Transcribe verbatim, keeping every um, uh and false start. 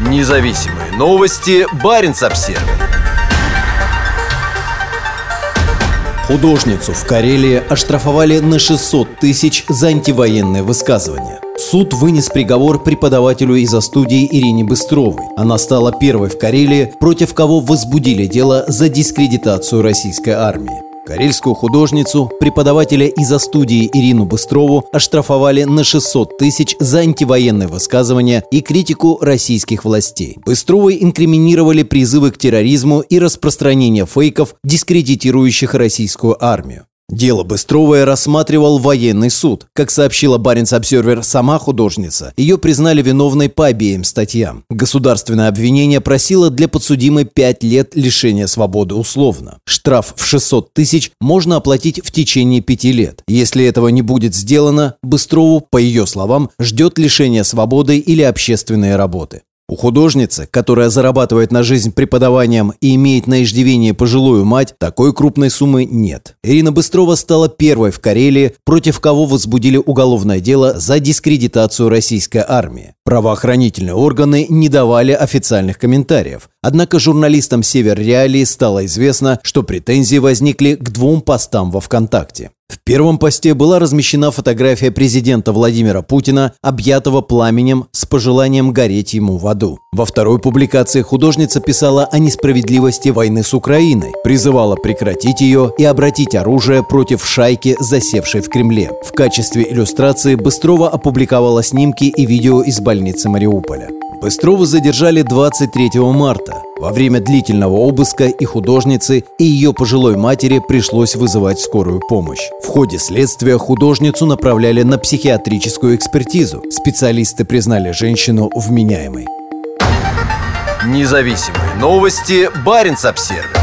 Независимые новости. Баренц-Обсервер. Художницу в Карелии оштрафовали на шестьсот тысяч за антивоенные высказывания. Суд вынес приговор преподавателю из студии Ирине Быстровой. Она стала первой в Карелии, против кого возбудили дело за дискредитацию российской армии. Карельскую художницу, преподавателя из студии Ирину Быстрову, оштрафовали на шестьсот тысяч за антивоенные высказывания и критику российских властей. Быстровой инкриминировали призывы к терроризму и распространение фейков, дискредитирующих российскую армию. Дело Быстровой рассматривал военный суд. Как сообщила Баренц-Обсервер сама художница, ее признали виновной по обеим статьям. Государственное обвинение просило для подсудимой пять лет лишения свободы условно. Штраф в шестьсот тысяч можно оплатить в течение пяти лет. Если этого не будет сделано, Быстрову, по ее словам, ждет лишение свободы или общественные работы. У художницы, которая зарабатывает на жизнь преподаванием и имеет на иждивении пожилую мать, такой крупной суммы нет. Ирина Быстрова стала первой в Карелии, против кого возбудили уголовное дело за дискредитацию российской армии. Правоохранительные органы не давали официальных комментариев. Однако журналистам «Север Реалии» стало известно, что претензии возникли к двум постам во ВКонтакте. В первом посте была размещена фотография президента Владимира Путина, объятого пламенем с пожеланием гореть ему в аду. Во второй публикации художница писала о несправедливости войны с Украиной, призывала прекратить ее и обратить оружие против шайки, засевшей в Кремле. В качестве иллюстрации Быстрова опубликовала снимки и видео из больницы Мариуполя. Быстрову задержали двадцать третьего марта. Во время длительного обыска и художницы, и ее пожилой матери пришлось вызывать скорую помощь. В ходе следствия художницу направляли на психиатрическую экспертизу. Специалисты признали женщину вменяемой. Независимые новости. Баренц-Обсервер.